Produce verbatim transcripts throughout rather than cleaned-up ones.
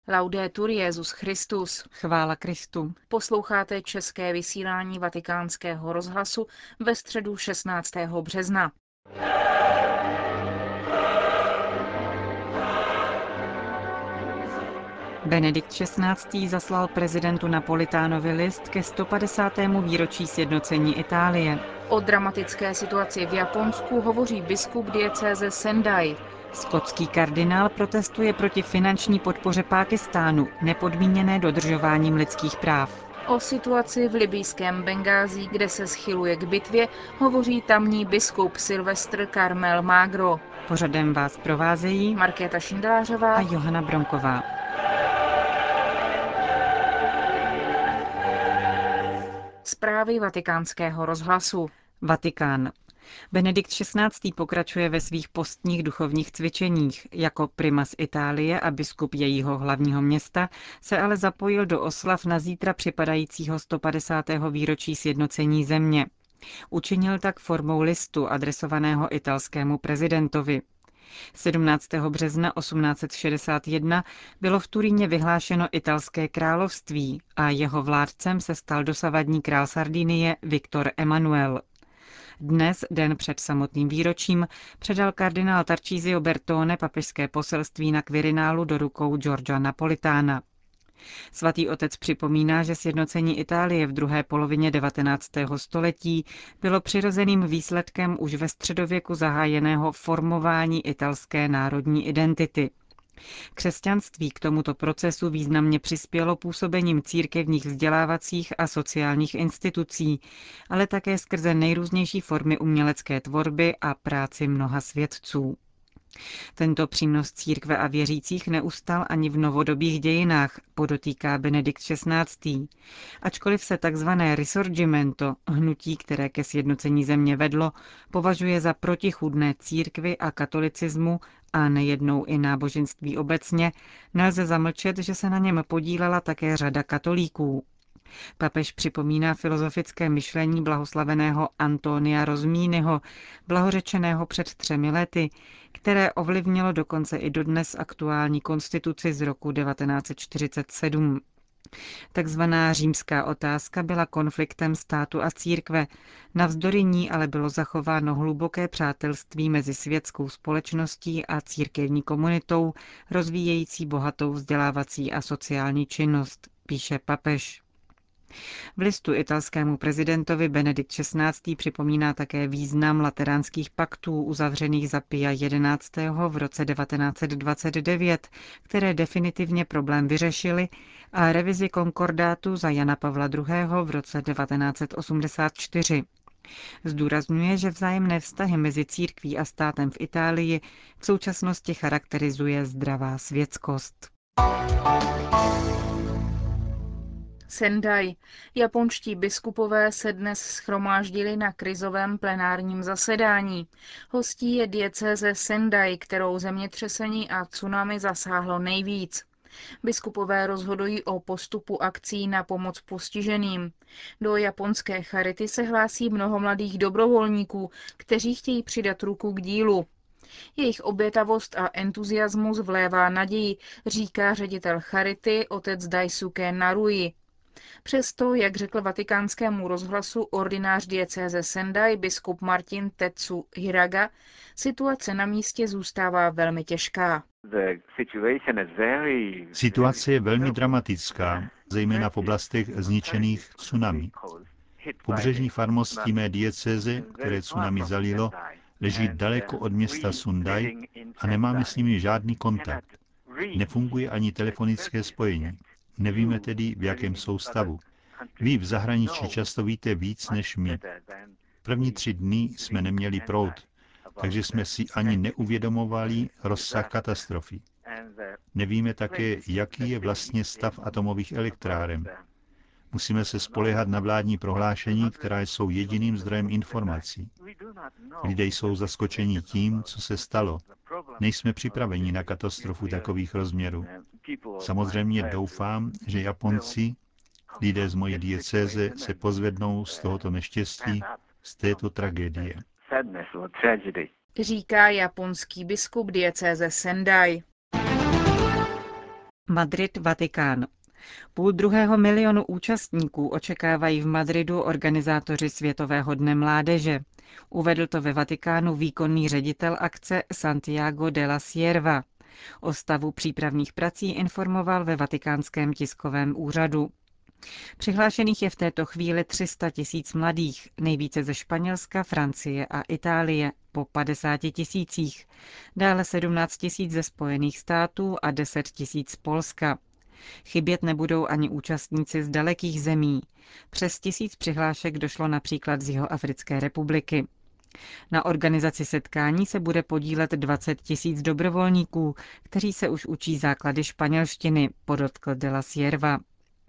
Laudetur Jesus Christus. Chvála Kristu. Posloucháte české vysílání Vatikánského rozhlasu ve středu šestnáctého března. Benedikt šestnáctý. zaslal prezidentu Napolitánovi list ke sto padesátému výročí sjednocení Itálie. O dramatické situaci v Japonsku hovoří biskup diecéze Sendai. Skotský kardinál protestuje proti finanční podpoře Pákistánu, nepodmíněné dodržováním lidských práv. O situaci v libyjském Bengází, kde se schyluje k bitvě, hovoří tamní biskup Silvestr Karmel Magro. Pořadem vás provázejí Markéta Šindelářová a Johana Bronková. Zprávy Vatikánského rozhlasu. Vatikán. Benedikt šestnáctý. pokračuje ve svých postních duchovních cvičeních. Jako primas Itálie a biskup jejího hlavního města se ale zapojil do oslav na zítra připadajícího sto padesátého výročí sjednocení země. Učinil tak formou listu adresovaného italskému prezidentovi. sedmnáctého března osmnáct set šedesát jedna bylo v Turíně vyhlášeno italské království a jeho vládcem se stal dosavadní král Sardinie Viktor Emanuel. Dnes, den před samotným výročím, předal kardinál Tarcísio Bertone papežské poselství na Quirinálu do rukou Giorgia Napolitana. Svatý otec připomíná, že sjednocení Itálie v druhé polovině devatenáctého století bylo přirozeným výsledkem už ve středověku zahájeného formování italské národní identity. Křesťanství k tomuto procesu významně přispělo působením církevních vzdělávacích a sociálních institucí, ale také skrze nejrůznější formy umělecké tvorby a práci mnoha svědců. Tento přínos církve a věřících neustal ani v novodobých dějinách, podotýká Benedikt šestnáctý. Ačkoliv se tzv. Risorgimento, hnutí, které ke sjednocení země vedlo, považuje za protichůdné církvi a katolicismu a nejednou i náboženství obecně, nelze zamlčet, že se na něm podílela také řada katolíků. Papež připomíná filozofické myšlení blahoslaveného Antonia Rozmínyho, blahořečeného před třemi lety, které ovlivnilo dokonce i dodnes aktuální konstituci z roku devatenáct set čtyřicet sedm. Takzvaná římská otázka byla konfliktem státu a církve, navzdory ní ale bylo zachováno hluboké přátelství mezi světskou společností a církevní komunitou, rozvíjející bohatou vzdělávací a sociální činnost, píše papež. V listu italskému prezidentovi Benedikt šestnáctý. připomíná také význam lateránských paktů uzavřených za Pia jedenáctého. v roce devatenáct set dvacet devět, které definitivně problém vyřešily, a revizi konkordátu za Jana Pavla druhého. v roce devatenáct set osmdesát čtyři. Zdůrazňuje, že vzájemné vztahy mezi církví a státem v Itálii v současnosti charakterizuje zdravá světskost. Sendai. Japonští biskupové se dnes shromáždili na krizovém plenárním zasedání. Hostí je diecéze Sendai, kterou zemětřesení a tsunami zasáhlo nejvíc. Biskupové rozhodují o postupu akcí na pomoc postiženým. Do japonské charity se hlásí mnoho mladých dobrovolníků, kteří chtějí přidat ruku k dílu. Jejich obětavost a entuziasmus vlévá naději, říká ředitel charity otec Daisuke Narui. Přesto, jak řekl vatikánskému rozhlasu ordinář diecéze Sendai biskup Martin Tetsu Hiraga, situace na místě zůstává velmi těžká. Situace je velmi dramatická, zejména v oblastech zničených tsunami. Pobřežní farnosti mé diecéze, které tsunami zalilo, leží daleko od města Sundai a nemáme s nimi žádný kontakt. Nefunguje ani telefonické spojení. Nevíme tedy, v jakém jsou stavu. Vy v zahraničí často víte víc než my. První tři dny jsme neměli proud, takže jsme si ani neuvědomovali rozsah katastrofy. Nevíme také, jaký je vlastně stav atomových elektráren. Musíme se spoléhat na vládní prohlášení, která jsou jediným zdrojem informací. Lidé jsou zaskočeni tím, co se stalo. Nejsme připraveni na katastrofu takových rozměrů. Samozřejmě doufám, že Japonci, lidé z mojí diecéze, se pozvednou z tohoto neštěstí, z této tragédie. Říká japonský biskup diecéze Sendai. Madrid, Vatikán. Půl druhého milionu účastníků očekávají v Madridu organizátoři Světového dne mládeže. Uvedl to ve Vatikánu výkonný ředitel akce Santiago de la Sierva. O stavu přípravných prací informoval ve vatikánském tiskovém úřadu. Přihlášených je v této chvíli tři sta tisíc mladých, nejvíce ze Španělska, Francie a Itálie, po padesáti tisících, dále sedmnáct tisíc ze Spojených států a deset tisíc z Polska. Chybět nebudou ani účastníci z dalekých zemí. Přes tisíc přihlášek došlo například z Jihoafrické republiky. Na organizaci setkání se bude podílet dvacet tisíc dobrovolníků, kteří se už učí základy španělštiny, podotkl de la Sierva.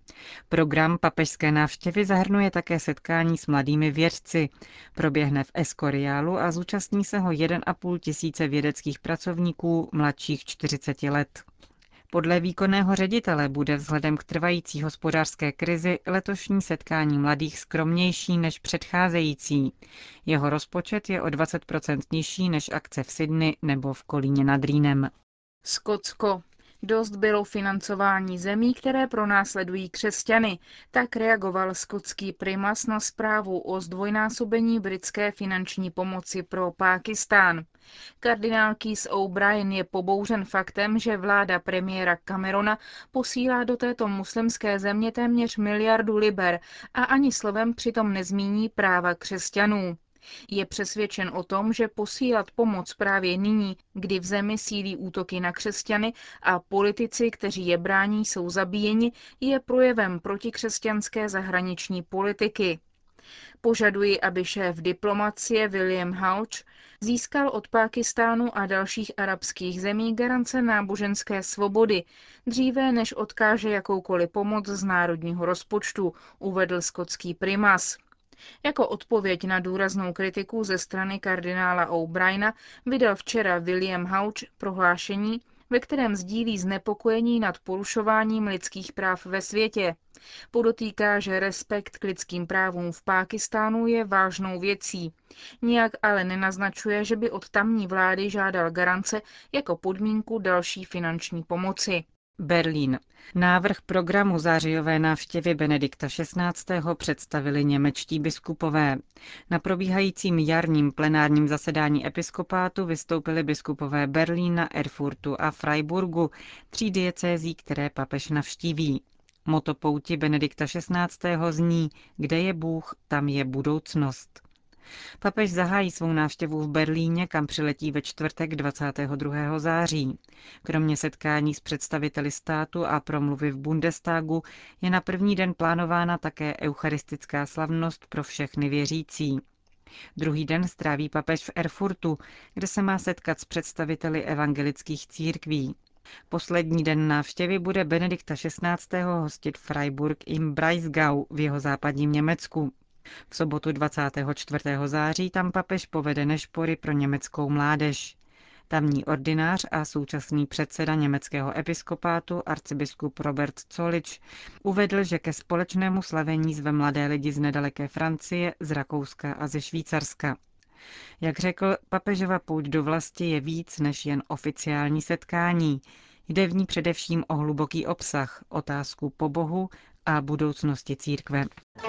Program papežské návštěvy zahrnuje také setkání s mladými vědci. Proběhne v Escorialu a zúčastní se ho jeden a půl tisíce vědeckých pracovníků mladších čtyřiceti let. Podle výkonného ředitele bude vzhledem k trvající hospodářské krizi letošní setkání mladých skromnější než předcházející. Jeho rozpočet je o dvacet procent nižší než akce v Sydney nebo v Kolíně nad Rýnem. Skotsko. Dost bylo financování zemí, které pronásledují křesťany. Tak reagoval skotský primas na zprávu o zdvojnásobení britské finanční pomoci pro Pákistán. Kardinál Keith O'Brien je pobouřen faktem, že vláda premiéra Camerona posílá do této muslimské země téměř miliardu liber a ani slovem přitom nezmíní práva křesťanů. Je přesvědčen o tom, že posílat pomoc právě nyní, kdy v zemi sílí útoky na křesťany a politici, kteří je brání, jsou zabíjeni, je projevem protikřesťanské zahraniční politiky. Požaduji, aby šéf diplomacie William Hague získal od Pákistánu a dalších arabských zemí garance náboženské svobody, dříve než odkáže jakoukoliv pomoc z národního rozpočtu, uvedl skotský primas. Jako odpověď na důraznou kritiku ze strany kardinála O'Briena vydal včera William Hague prohlášení, ve kterém sdílí znepokojení nad porušováním lidských práv ve světě. Podotýká, že respekt k lidským právům v Pákistánu je vážnou věcí. Nijak ale nenaznačuje, že by od tamní vlády žádal garance jako podmínku další finanční pomoci. Berlín. Návrh programu zářijové návštěvy Benedikta šestnáctého představili němečtí biskupové. Na probíhajícím jarním plenárním zasedání episkopátu vystoupili biskupové Berlína, Erfurtu a Freiburgu, tří diecézí, které papež navštíví. Motto pouti Benedikta šestnáctého zní: Kde je Bůh, tam je budoucnost. Papež zahájí svou návštěvu v Berlíně, kam přiletí ve čtvrtek dvacátého druhého září. Kromě setkání s představiteli státu a promluvy v Bundestagu je na první den plánována také eucharistická slavnost pro všechny věřící. Druhý den stráví papež v Erfurtu, kde se má setkat s představiteli evangelických církví. Poslední den návštěvy bude Benedikta šestnáctého hostit Freiburg im Breisgau v jeho západním Německu. V sobotu dvacátého čtvrtého září tam papež povede nešpory pro německou mládež. Tamní ordinář a současný předseda německého episkopátu arcibiskup Robert Zollitsch uvedl, že ke společnému slavení zve mladé lidi z nedaleké Francie, z Rakouska a ze Švýcarska. Jak řekl, papežova pouť do vlasti je víc než jen oficiální setkání. Jde v ní především o hluboký obsah, otázku po Bohu a budoucnosti církve.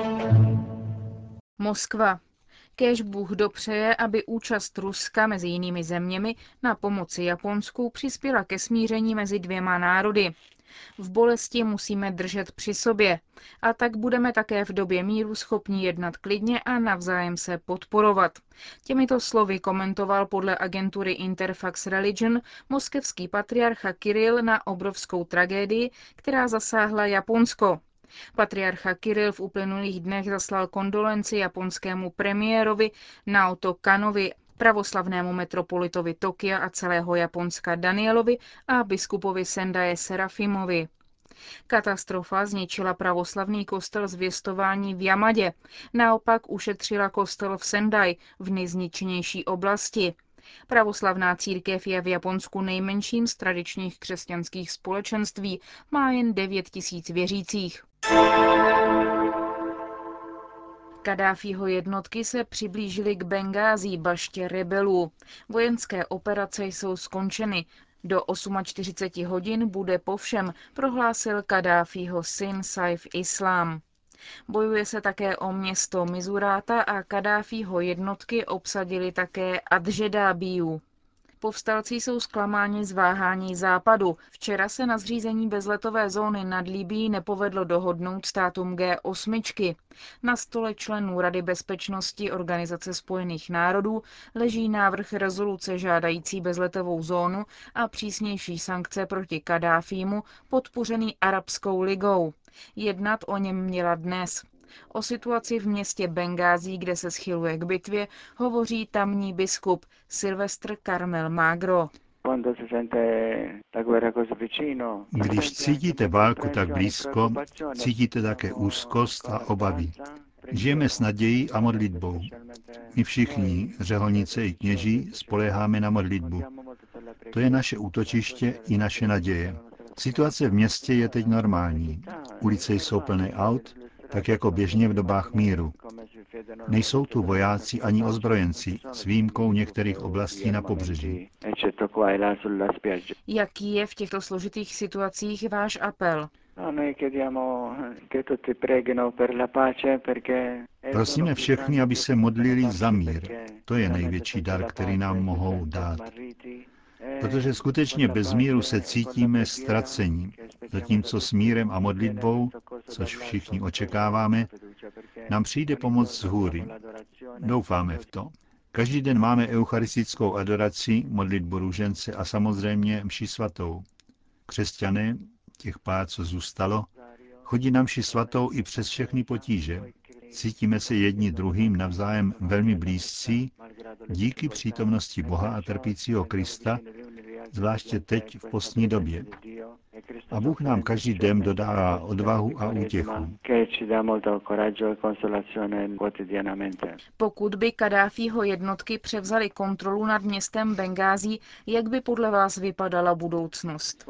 Moskva. Kéž Bůh dopřeje, aby účast Ruska mezi jinými zeměmi na pomoci Japonsku přispěla ke smíření mezi dvěma národy. V bolesti musíme držet při sobě a tak budeme také v době míru schopni jednat klidně a navzájem se podporovat. Těmito slovy komentoval podle agentury Interfax Religion moskevský patriarcha Kiril na obrovskou tragédii, která zasáhla Japonsko. Patriarcha Kiril v uplynulých dnech zaslal kondolenci japonskému premiérovi Naoto Kanovi, pravoslavnému metropolitovi Tokia a celého Japonska Danielovi a biskupovi Sendaje Serafimovi. Katastrofa zničila pravoslavný kostel Zvěstování v Jamadě, naopak ušetřila kostel v Sendai v nejzničenější oblasti. Pravoslavná církev je v Japonsku nejmenším z tradičních křesťanských společenství, má jen devět tisíc věřících. Kaddáfího jednotky se přiblížily k Bengází, baště rebelů. Vojenské operace jsou skončeny. Do čtyřiceti osmi hodin bude po všem, prohlásil Kaddáfího syn Saif Islám. Bojuje se také o město Mizuráta a Kaddáfího jednotky obsadili také Adžedábíu. Povstalci jsou zklamáni z váhání západu. Včera se na zřízení bezletové zóny nad Libyí nepovedlo dohodnout státům G osm. Na stole členů Rady bezpečnosti Organizace spojených národů leží návrh rezoluce žádající bezletovou zónu a přísnější sankce proti Kaddáfímu, podpořený Arabskou ligou. Jednat o něm měla dnes. O situaci v městě Bengází, kde se schyluje k bitvě, hovoří tamní biskup Silvestr Carmel Magro. Když cítíte válku tak blízko, cítíte také úzkost a obavy. Žijeme s nadějí a modlitbou. My všichni, řeholnice i kněží, spoléháme na modlitbu. To je naše útočiště i naše naděje. Situace v městě je teď normální. Ulice jsou plné aut, tak jako běžně v dobách míru. Nejsou tu vojáci ani ozbrojenci, s výjimkou některých oblastí na pobřeží. Jaký je v těchto složitých situacích váš apel? Prosíme všechny, aby se modlili za mír. To je největší dar, který nám mohou dát. Protože skutečně bez míru se cítíme ztracení, zatímco s mírem a modlitbou, což všichni očekáváme, nám přijde pomoc z hůry. Doufáme v to. Každý den máme eucharistickou adoraci, modlitbu růžence a samozřejmě mši svatou. Křesťané, těch pár, co zůstalo, chodí na mši svatou i přes všechny potíže. Cítíme se jedni druhým navzájem velmi blízcí díky přítomnosti Boha a trpícího Krista, zvláště teď v postní době. A Bůh nám každý den dodává odvahu a útěchu. Pokud by Kaddáfího jednotky převzaly kontrolu nad městem Bengází, jak by podle vás vypadala budoucnost?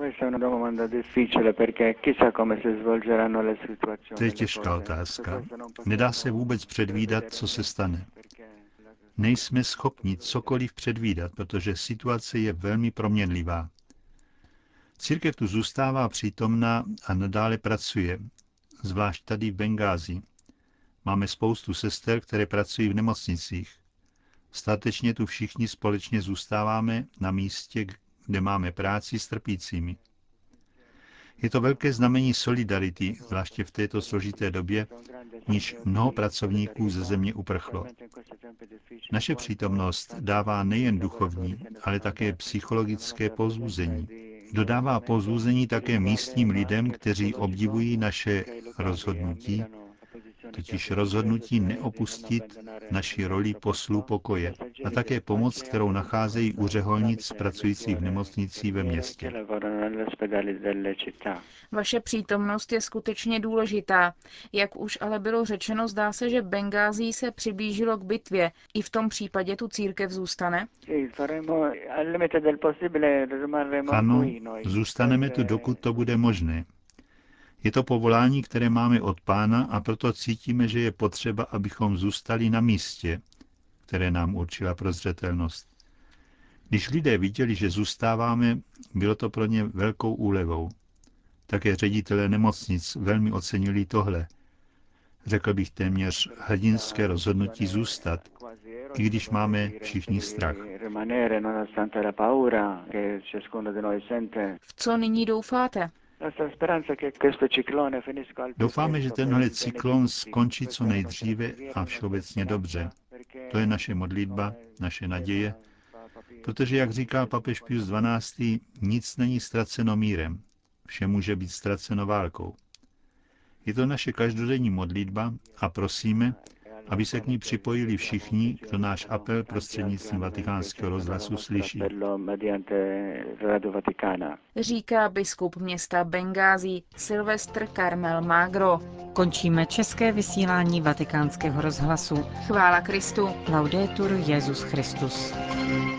To je těžká otázka. Nedá se vůbec předvídat, co se stane. Nejsme schopni cokoliv předvídat, protože situace je velmi proměnlivá. Církev tu zůstává přítomná a nadále pracuje, zvlášť tady v Bengázi. Máme spoustu sester, které pracují v nemocnicích. Statečně tu všichni společně zůstáváme na místě, kde máme práci s trpícími. Je to velké znamení solidarity, zvláště v této složité době, níž mnoho pracovníků ze země uprchlo. Naše přítomnost dává nejen duchovní, ale také psychologické povzbuzení. Dodává povzbuzení také místním lidem, kteří obdivují naše rozhodnutí, totiž rozhodnutí neopustit naši roli poslů pokoje a také pomoc, kterou nacházejí u řeholnic pracujících v nemocnici ve městě. Vaše přítomnost je skutečně důležitá. Jak už ale bylo řečeno, zdá se, že Bengází se přiblížilo k bitvě. I v tom případě tu církev zůstane? Ano, zůstaneme tu, dokud to bude možné. Je to povolání, které máme od Pána, a proto cítíme, že je potřeba, abychom zůstali na místě, které nám určila prozřetelnost. Když lidé viděli, že zůstáváme, bylo to pro ně velkou úlevou. Také ředitelé nemocnic velmi ocenili tohle. Řekl bych téměř hrdinské rozhodnutí zůstat, i když máme všichni strach. V co nyní doufáte? Doufáme, že tenhle cyklon skončí co nejdříve a všeobecně dobře. To je naše modlitba, naše naděje, protože, jak říkal papež Pius dvanáctý, nic není ztraceno mírem, vše může být ztraceno válkou. Je to naše každodenní modlitba a prosíme, aby se k ní připojili všichni, kdo náš apel prostřednictvím Vatikánského rozhlasu slyší. Říká biskup města Bengází Silvestr Carmel Magro. Končíme české vysílání Vatikánského rozhlasu. Chvála Kristu. Laudetur Jesus Christus.